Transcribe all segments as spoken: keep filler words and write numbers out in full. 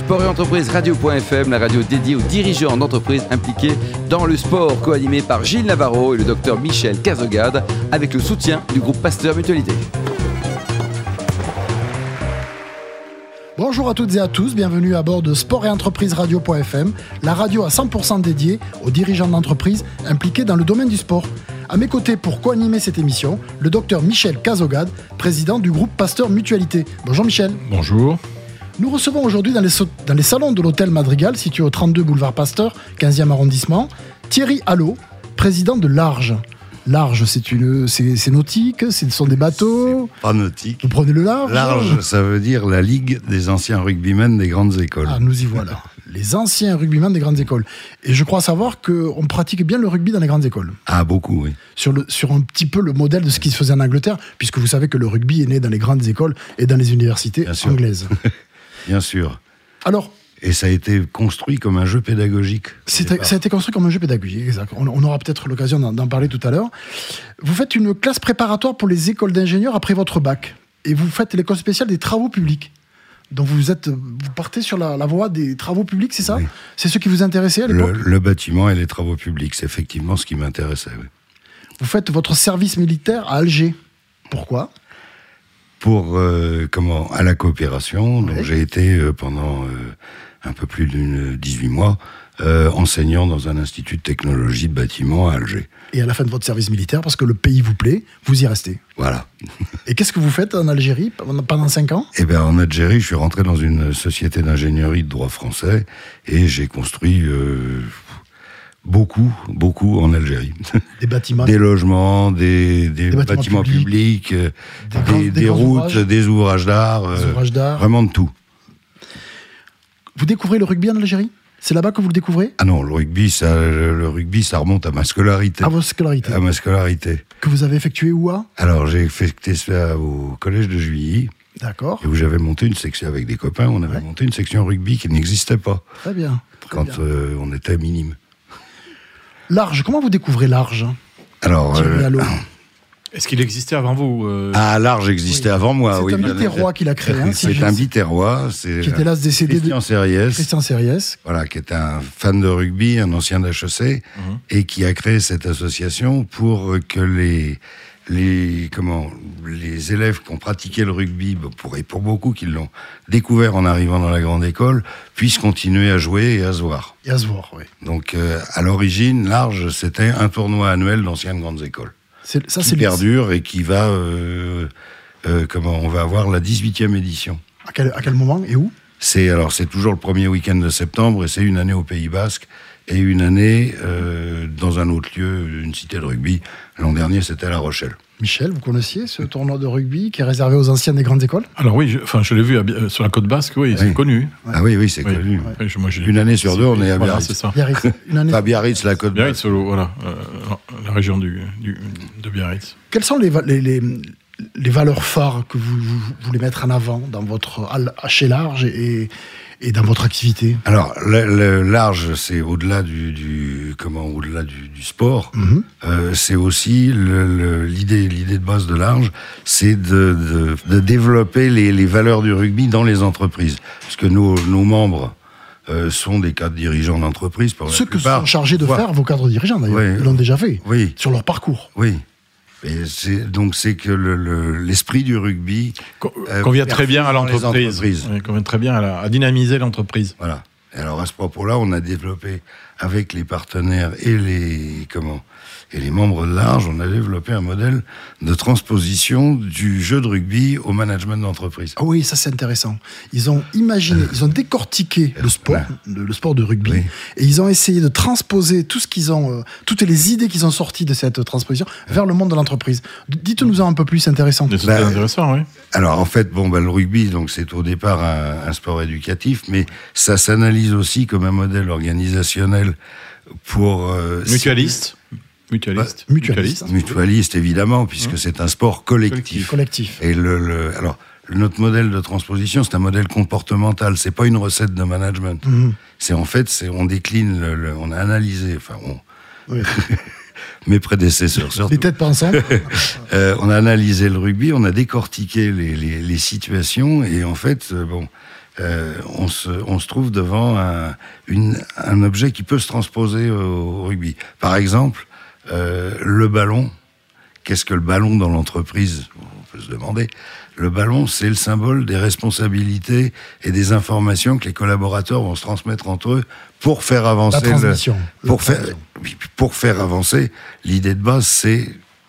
Sport et entreprise radio.f m, la radio dédiée aux dirigeants d'entreprises impliqués dans le sport, co-animée par Gilles Navarro et le docteur Michel Cazogade, avec le soutien du groupe Pasteur Mutualité. Bonjour à toutes et à tous, bienvenue à bord de Sport et entreprise radio.f m, la radio à cent pour cent dédiée aux dirigeants d'entreprises impliqués dans le domaine du sport. À mes côtés pour co-animer cette émission, le docteur Michel Cazogade, président du groupe Pasteur Mutualité. Bonjour Michel. Bonjour. Nous recevons aujourd'hui dans les, so- dans les salons de l'hôtel Madrigal, situé au trente-deux boulevard Pasteur, quinzième arrondissement, Thierry Allot, président de Large. Large, c'est, une, c'est, c'est nautique, ce sont des bateaux. C'est pas nautique. Vous prenez le large. Large, ça veut dire la Ligue des anciens rugbymen des grandes écoles. Ah, nous y voilà. Les anciens rugbymen des grandes écoles. Et je crois savoir qu'on pratique bien le rugby dans les grandes écoles. Ah, beaucoup, oui. Sur, le, sur un petit peu le modèle de ce qui se faisait en Angleterre, puisque vous savez que le rugby est né dans les grandes écoles et dans les universités Bien sûr. anglaises. Bien sûr. Alors, Et ça a été construit comme un jeu pédagogique. c'est, ça a été construit comme un jeu pédagogique, exact. On, on aura peut-être l'occasion d'en, d'en parler tout à l'heure. Vous faites une classe préparatoire pour les écoles d'ingénieurs après votre bac. Et vous faites l'école spéciale des travaux publics. Donc vous, êtes, vous partez sur la, la voie des travaux publics, c'est ça ? Oui. C'est ce qui vous intéressait à l'époque ? Le, le bâtiment et les travaux publics, c'est effectivement ce qui m'intéressait. Oui. Vous faites votre service militaire à Alger. Pourquoi ? Pour, euh, comment, à la coopération, dont Ouais. j'ai été euh, pendant euh, un peu plus de dix-huit mois, euh, enseignant dans un institut de technologie de bâtiment à Alger. Et à la fin de votre service militaire, parce que le pays vous plaît, vous y restez. Voilà. Et qu'est-ce que vous faites en Algérie pendant- pendant cinq ans ? Eh bien, en Algérie, je suis rentré dans une société d'ingénierie de droit français et j'ai construit euh, beaucoup, beaucoup en Algérie. Des bâtiments. Des logements, des, des, Des bâtiments bâtiments, publics, publics, euh, des des, grands- des des grands routes, ouvrages. des ouvrages d'art, Des euh, ouvrages d'art. vraiment de tout. Vous découvrez le rugby en Algérie ? C'est là-bas que vous le découvrez ? Ah non, le rugby, ça, le, le rugby, ça remonte à ma scolarité. À votre scolarité. À ma scolarité. Que vous avez effectué où à ? Alors, j'ai effectué ça au collège de Juilly, D'accord. et où j'avais monté une section avec des copains, on avait Ouais. monté une section rugby qui n'existait pas Très bien. Très quand bien. euh, on était minime. Large, comment vous découvrez Large ? Alors, Thierry euh, Allot. Est-ce qu'il existait avant vous euh... ah, Large existait Oui. avant moi, C'est oui. un bien biterrois qu'il a créé. Hein, si C'est je- un biterrois, c'est Qui était là, ce décédé de Christian Sériès, Christian Sériès. voilà, qui est un fan de rugby, un ancien d'H E C, Mhm. et qui a créé cette association pour que les, les, comment, les élèves qui ont pratiqué le rugby, bon, pour, et pour beaucoup qui l'ont découvert en arrivant dans la grande école, puissent continuer à jouer et à se voir. Et à se voir, oui. Donc, euh, à l'origine, Large, c'était un tournoi annuel d'anciennes grandes écoles. C'est, ça, qui c'est le- perdure et qui va, euh, euh, comment, on va avoir la dix-huitième édition. À quel, à quel moment et où ? C'est alors c'est toujours le premier week-end de septembre et c'est une année au Pays Basque et une année euh, dans un autre lieu, une cité de rugby. L'an dernier, c'était à La Rochelle. Michel, vous connaissiez ce tournoi de rugby qui est réservé aux anciennes des grandes écoles ? Alors oui, je, enfin, je l'ai vu à Bi- euh, sur la côte basque, oui, c'est Oui. connu. Ah oui, oui, c'est Oui. connu. Oui, je- moi, j'ai- Une année sur deux, on est à Voilà, Biarritz. c'est ça. Biarritz. Une année. Pas Biarritz, la côte Biarritz, basque. solo, voilà, euh, la région du, du, de Biarritz. Quelles sont les, va- les, les, les valeurs phares que vous, vous voulez mettre en avant dans votre, à- chez Large et, et dans votre activité ? Alors, le, le large, c'est au-delà du, du comment, au-delà du, du sport. Mhm. Euh, c'est aussi le, le, l'idée, l'idée de base de Large, c'est de, de, de développer les, les valeurs du rugby dans les entreprises, parce que nos, nos membres euh, sont des cadres dirigeants d'entreprise pour la Ce que plupart. sont chargés de Voire- faire vos cadres dirigeants, d'ailleurs. Oui. Ils l'ont déjà fait, Oui, sur leur parcours. oui. Et c'est, donc c'est que le, le, l'esprit du rugby Co- Euh, convient très bien à dans les l'entreprise. entreprises. Oui, convient très bien à, la- à dynamiser l'entreprise. Voilà. Et alors à ce propos-là, on a développé avec les partenaires et les comment et les membres de Large, on a développé un modèle de transposition du jeu de rugby au management d'entreprise. Ah oui, ça c'est intéressant. Ils ont imaginé, ils ont décortiqué le sport, le, le sport de rugby, Oui. et ils ont essayé de transposer tout ce qu'ils ont, euh, toutes les idées qu'ils ont sorties de cette transposition vers le monde de l'entreprise. D- Dites-nous-en un peu plus, c'est intéressant. Et C'est Bah, très intéressant, oui. Alors en fait, bon, bah, le rugby, donc c'est au départ un, un sport éducatif, mais ça s'analyse aussi comme un modèle organisationnel pour euh, Mutualiste. Mutualiste. Bah, mutualiste. mutualiste évidemment, puisque c'est un sport collectif. Collectif. Et le, le alors notre modèle de transposition, c'est un modèle comportemental. C'est pas une recette de management. Mhm. C'est en fait, c'est on décline, le, le- on a analysé, enfin, on, Oui. mes prédécesseurs surtout. Les têtes pensantes. Euh, on a analysé le rugby, on a décortiqué les, les, les situations et en fait, euh, bon, euh, on, se, on se trouve devant un, une, un objet qui peut se transposer au, au rugby. Par exemple, euh, le ballon. Qu'est-ce que le ballon dans l'entreprise ? On peut se demander. Le ballon, c'est le symbole des responsabilités et des informations que les collaborateurs vont se transmettre entre eux pour faire avancer. La transmission. Le, pour, faire, pour faire avancer, l'idée de base, c'est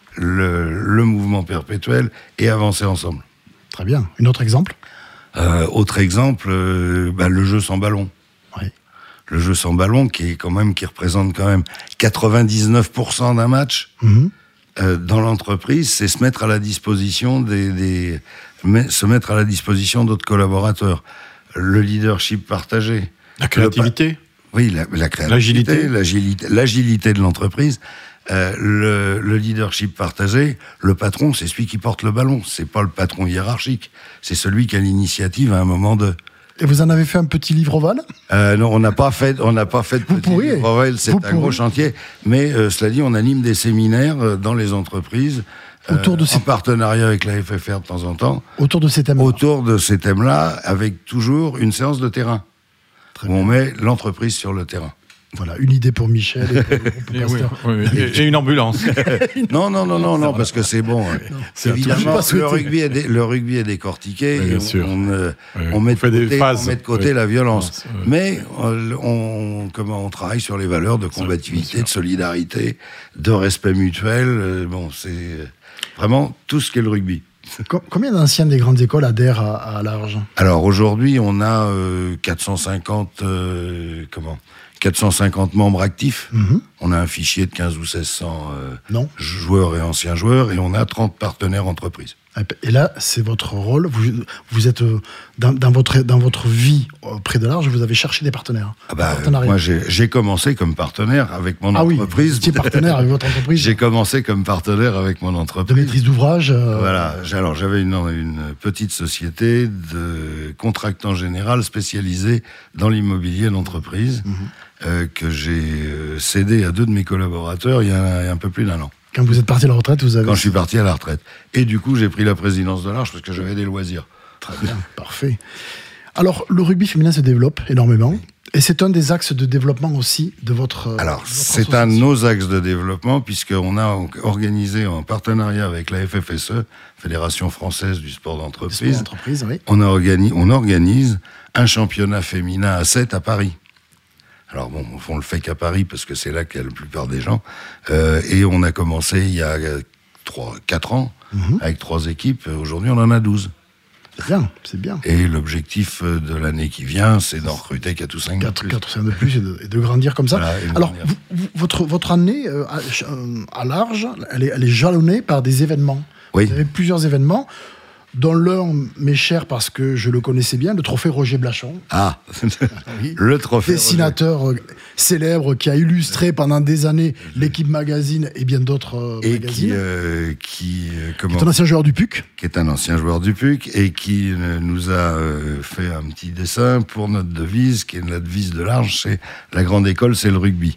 le, le mouvement perpétuel et avancer ensemble. Très bien. Un autre exemple ? euh, Autre exemple, euh, bah, le jeu sans ballon. Oui. Le jeu sans ballon qui, est quand même, qui représente quand même quatre-vingt-dix-neuf pour cent d'un match. Mmh. Euh, dans l'entreprise, c'est se mettre à la disposition des, des se mettre à la disposition d'autres collaborateurs. Le leadership partagé. La créativité. Le, oui, la, la créativité, l'agilité, l'agilité, l'agilité de l'entreprise. Euh, le, le leadership partagé, le patron, c'est celui qui porte le ballon. C'est pas le patron hiérarchique. C'est celui qui a l'initiative à un moment de. Et vous en avez fait un petit livre ovale ? euh, Non, on n'a pas fait, on n'a pas fait de vous petit pourriez. livre ovale. C'est vous un pourriez. gros chantier. Mais euh, cela dit, on anime des séminaires euh, dans les entreprises autour de euh, ces... en partenariat avec la F F R de temps en temps. Autour de ces thèmes. Autour de ces thèmes-là, avec toujours une séance de terrain Très où bien. on met l'entreprise sur le terrain. Voilà, une idée pour Michel et pour le groupe Et, oui, Pasteur. oui, oui. Et- et une ambulance. Non, non, non, non, non, parce que c'est bon. ouais. C'est un Évidemment, touche. le rugby est, dé- le rugby est décortiqué. Oui, bien et sûr. On, euh, Oui, on met on de fait des côté, phases. on met de côté Oui. la violence. Oui. Mais euh, on, comment, on travaille sur les valeurs de bien combativité, sûr. de solidarité, de respect mutuel. Euh, Bon, c'est euh, vraiment tout ce qu'est le rugby. Com- Combien d'anciens des grandes écoles adhèrent à, à l'Arge ? Alors aujourd'hui, on a euh, quatre cent cinquante, euh, comment quatre cent cinquante membres actifs. Mhm. On a un fichier de quinze ou seize cents euh, Non. joueurs et anciens joueurs, et on a trente partenaires entreprises. Et là, c'est votre rôle. Vous, vous êtes euh, dans, dans, votre, dans votre vie auprès de l'Arge, vous avez cherché des partenaires. Ah bah, Un partenariat. moi, j'ai, j'ai commencé comme partenaire avec mon Ah oui, vous entreprise. étiez partenaire avec votre entreprise J'ai commencé comme partenaire avec mon de entreprise. maîtrise d'ouvrage. euh, Voilà. J'ai- Alors, j'avais une, une petite société de contractant général spécialisée dans l'immobilier d'entreprise Mhm. euh, que j'ai euh, cédé à deux de mes collaborateurs il y a, il y a un peu plus d'un an. Quand vous êtes parti à la retraite, vous avez... Quand je suis parti à la retraite. Et du coup, j'ai pris la présidence de l'Arche parce que j'avais des loisirs. Très bien, parfait. Alors, le rugby féminin se développe énormément. Et c'est un des axes de développement aussi de votre. euh, Alors, de votre c'est un de association. nos axes de développement, puisqu'on a organisé en partenariat avec la F F S E, Fédération Française du Sport Des sports d'entreprise, d'entreprise, oui. on, a organi- on organise un championnat féminin à sept à Paris. Alors bon, on le fait qu'à Paris, parce que c'est là qu'il y a la plupart des gens. Euh, et on a commencé il y a trois, quatre ans, Mhm. avec trois équipes. Aujourd'hui, on en a douze. C'est bien, c'est bien. Et l'objectif de l'année qui vient, c'est d'en recruter quatre ou cinq de Quatre, plus. quatre, cinq de plus et de, et de grandir comme ça. Voilà, et de Alors, grandir. vous- vous- votre, votre année euh, à, euh, à l'Arge, elle est, elle est jalonnée par des événements. Oui. Vous avez plusieurs événements, dont l'un m'est cher parce que je le connaissais bien, le trophée Roger Blachon. Ah, Oui. le trophée. Dessinateur euh, célèbre qui a illustré pendant des années l'équipe magazine et bien d'autres euh, Et magazines. qui, euh, qui, euh, comment, C'est un ancien joueur du P U C. qui est un ancien joueur du P U C et qui euh, nous a euh, fait un petit dessin pour notre devise, qui est notre devise de l'Arche, c'est la grande école, c'est le rugby.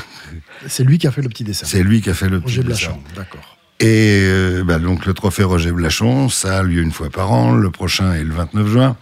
C'est lui qui a fait le petit dessin. C'est lui qui a fait le petit Roger dessin. Blachon, d'accord. Et euh, bah, donc le trophée Roger Blachon, ça a lieu une fois par an. Le prochain est le vingt-neuf juin.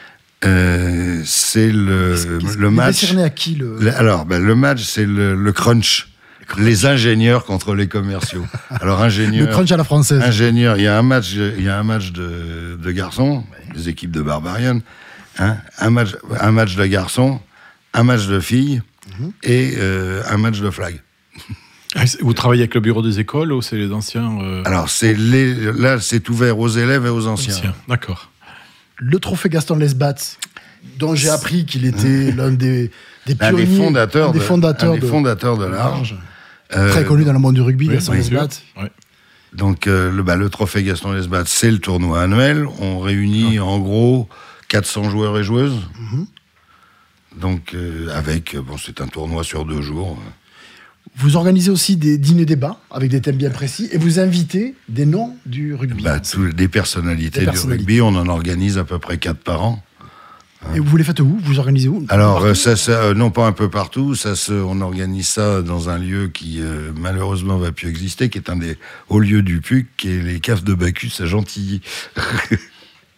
Euh, c'est le, Qu'est-ce- le il est match. décerné à qui le... Le- alors, ben, le match, c'est le, le crunch. Les ingénieurs contre les commerciaux. Alors, Le ingénieurs. crunch à la française. ingénieurs, il y a un match, il y a un match de, de garçons, les équipes de Barbarian, hein, un match, un match de garçons, un match de filles Mhm. et euh, un match de flag. Ah, c'est- Vous travaillez avec le bureau des écoles ou c'est les anciens euh, Alors, c'est les, là, c'est ouvert aux élèves et aux anciens. anciens D'accord. Le trophée Gaston Lesbat, dont j'ai appris qu'il était l'un des, des Un pionniers, des fondateurs, un des de- fondateurs, un des de, fondateurs de de l'Arche. l'Arge. Euh, Très connu dans le monde du rugby, Oui, Gaston bien sûr. Lesbat. Ouais. Donc, euh, le, bah, le trophée Gaston Lesbat, c'est le tournoi annuel. On réunit en gros quatre cents joueurs et joueuses. Mhm. Donc, euh, avec, bon, c'est un tournoi sur deux jours. Vous organisez aussi des dîners-débats avec des thèmes bien précis et vous invitez des noms du rugby. Bah, tous- des personnalités Des du personnalités. rugby, on en organise à peu près quatre par an. Et vous les faites où? Vous organisez où? Alors, Partout euh, ça, ça, euh, non pas un peu partout, ça se, on organise ça dans un lieu qui euh, malheureusement va plus exister, qui est un des hauts lieux du P U C, qui est les caves de Bacchus à Gentilly.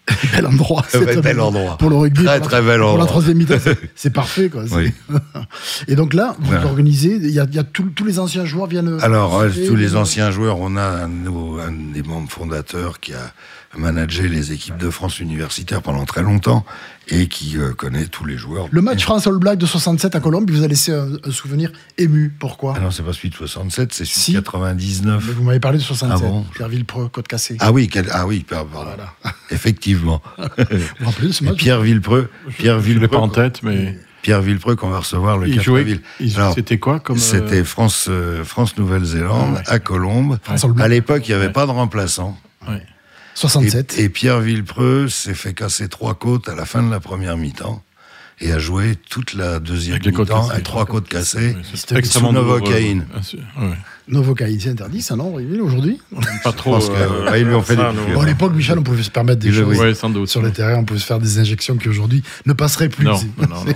Bel endroit. C'est un bel endroit. Pour le rugby. Très, pour très la, bel endroit. Pour la troisième mi-temps, c'est, c'est parfait. Quoi. C'est... Oui. Et donc là, vous Voilà. organisez, il y a, il y a tout, tous les anciens joueurs viennent... Alors, euh, tous les et... anciens joueurs, on a un, de nos- un des membres fondateurs qui a managé les équipes de France universitaires pendant très longtemps et qui euh, connaît tous les joueurs. Le match France All Black de soixante-sept à Colombes, il vous a laissé un, un souvenir ému. Pourquoi? Ah non, c'est pas celui de soixante-sept, c'est celui Si. de quatre-vingt-dix-neuf. Mais vous m'avez parlé de soixante-sept. Ah bon? Pierre Villepreux, Côte Cassée. Ah oui, quel- ah oui, pardon. Voilà. Effectivement. Vous vous rappelez de ce Et match? Pierre Villepreux, Pierre Je l'ai Villepreux, pas en tête, mais Pierre Villepreux qu'on va recevoir le il quatre jouait. avril. il- Alors, C'était quoi comme. euh, C'était France, euh, France Nouvelle-Zélande Ah ouais. à Colombes. France All Black. À l'époque, il n'y avait Ouais. pas de remplaçant. ouais. soixante-sept. Et, et Pierre Villepreux s'est fait casser trois côtes à la fin de la première mi-temps et a joué toute la deuxième Avec les côtes mi-temps cassées. avec trois côtes cassées. Ouais, c'est C'était extrêmement sous douloureux. Novocaïne. Ah, c'est- ouais. Novocaïne, c'est interdit, ça, non, aujourd'hui? Pas trop. pense que, euh, ouais, ils lui ont fait ça, des non. piqûres. Bon, à l'époque, Michel, on pouvait se permettre des Il le- choses. oui. Ouais, sans doute. Sur le terrain, on pouvait se faire des injections qui aujourd'hui ne passeraient plus. Non, C'est- non, non, non.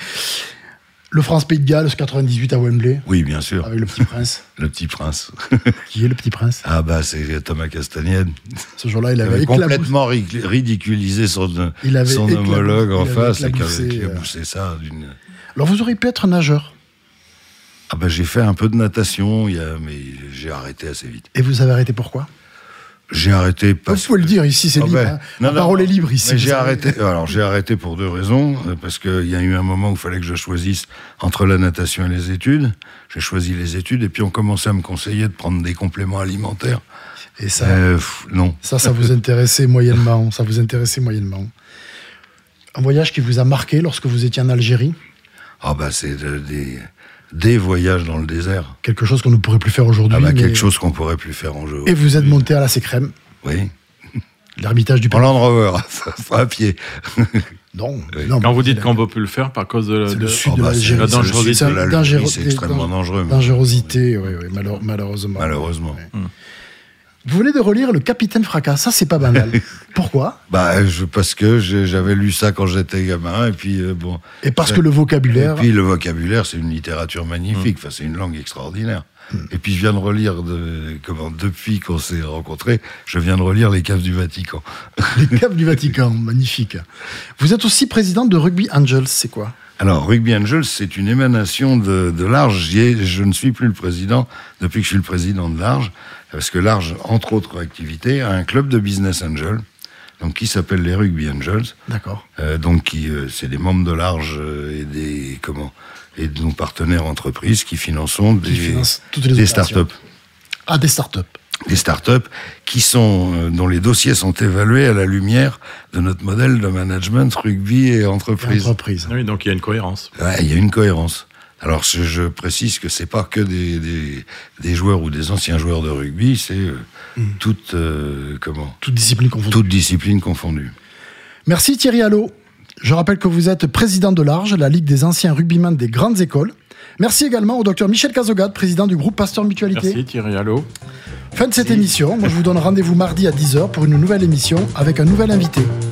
Le France-Pays de Galles, quatre-vingt-dix-huit à Wembley, Oui, bien sûr, avec le Petit Prince. le petit prince. Qui est le Petit Prince? Ah bah c'est Thomas Castagnède. Ce jour-là, il Il avait avait éclaboussé. complètement ri- ridiculisé son, Il avait son éclaboussé- homologue en il avait face et qui éclaboussé, avait euh. éclaboussé ça d'une... Alors, vous auriez pu être nageur. Ah bah j'ai fait un peu de natation, il y a, mais j'ai arrêté assez vite. Et vous avez arrêté pourquoi? J'ai arrêté parce Vous pouvez le dire, ici, c'est Ah libre. ben, hein. non, La non, parole non. est libre ici. Mais vous j'ai savez. arrêté. Alors j'ai arrêté pour deux raisons, euh, parce qu'il y a eu un moment où il fallait que je choisisse entre la natation et les études. J'ai choisi les études et puis on commençait à me conseiller de prendre des compléments alimentaires. Et ça, Euh, pff, non. ça, ça vous intéressait moyennement. Ça vous intéressait moyennement. Un voyage qui vous a marqué lorsque vous étiez en Algérie. Ah bah c'est de- des des voyages dans le désert. Quelque chose qu'on ne pourrait plus faire aujourd'hui. Ah bah mais- quelque chose qu'on pourrait plus faire en jeu. Et vous êtes monté à la Sécrème, Oui. l'ermitage du En Land Rover, ça sera à pied. Non, Oui. non, Quand mais vous dites c'est qu'on ne peut plus le faire par cause de. c'est de- le sud Oh de bah, l'Algérie. la c'est le dangerosité. sud, de l'Algérie, dangereux- c'est extrêmement dan- dangereux, mais- Dangerosité, oui, oui, malheur- malheureusement. Malheureusement. Vous venez de relire Le Capitaine Fracas, ça c'est pas banal. Pourquoi? Bah je, parce que j'ai- j'avais lu ça quand j'étais gamin et puis euh, bon. Et parce Ça- que le vocabulaire... Et puis le vocabulaire, c'est une littérature magnifique. Enfin, c'est une langue extraordinaire. Et puis je viens de relire, de, comment, depuis qu'on s'est rencontrés, je viens de relire Les Caves du Vatican. Les caves du Vatican, magnifique. Vous êtes aussi président de Rugby Angels, c'est quoi? Alors, Rugby Angels, c'est une émanation de, de l'Arge. J'y ai- je ne suis plus le président depuis que je suis le président de l'Arge, parce que l'Arge, entre autres activités, a un club de business angels, donc qui s'appelle les Rugby Angels. D'accord. Euh, donc, qui, euh, c'est des membres de l'Arge euh, et des comment et de nos partenaires entreprises qui finançons des, Qui finance toutes les des opérations. startups. Ah, des startups. Des startups qui sont, euh, dont les dossiers sont évalués à la lumière de notre modèle de management rugby et entreprise. Entreprises. Oui, donc il y a une cohérence. Ouais, il y a une cohérence. Alors je, je précise que c'est pas que des, des, des joueurs ou des anciens joueurs de rugby, c'est euh, toute euh, comment Toutes disciplines confondues. toute discipline confondue. Merci Thierry Allot. Je rappelle que vous êtes président de l'Arge, la Ligue des anciens rugbymen des grandes écoles. Merci également au docteur Michel Cazogade, président du groupe Pasteur Mutualité. Merci Thierry Allô. Fin de cette émission. Moi, je vous donne rendez-vous mardi à dix heures pour une nouvelle émission avec un nouvel invité.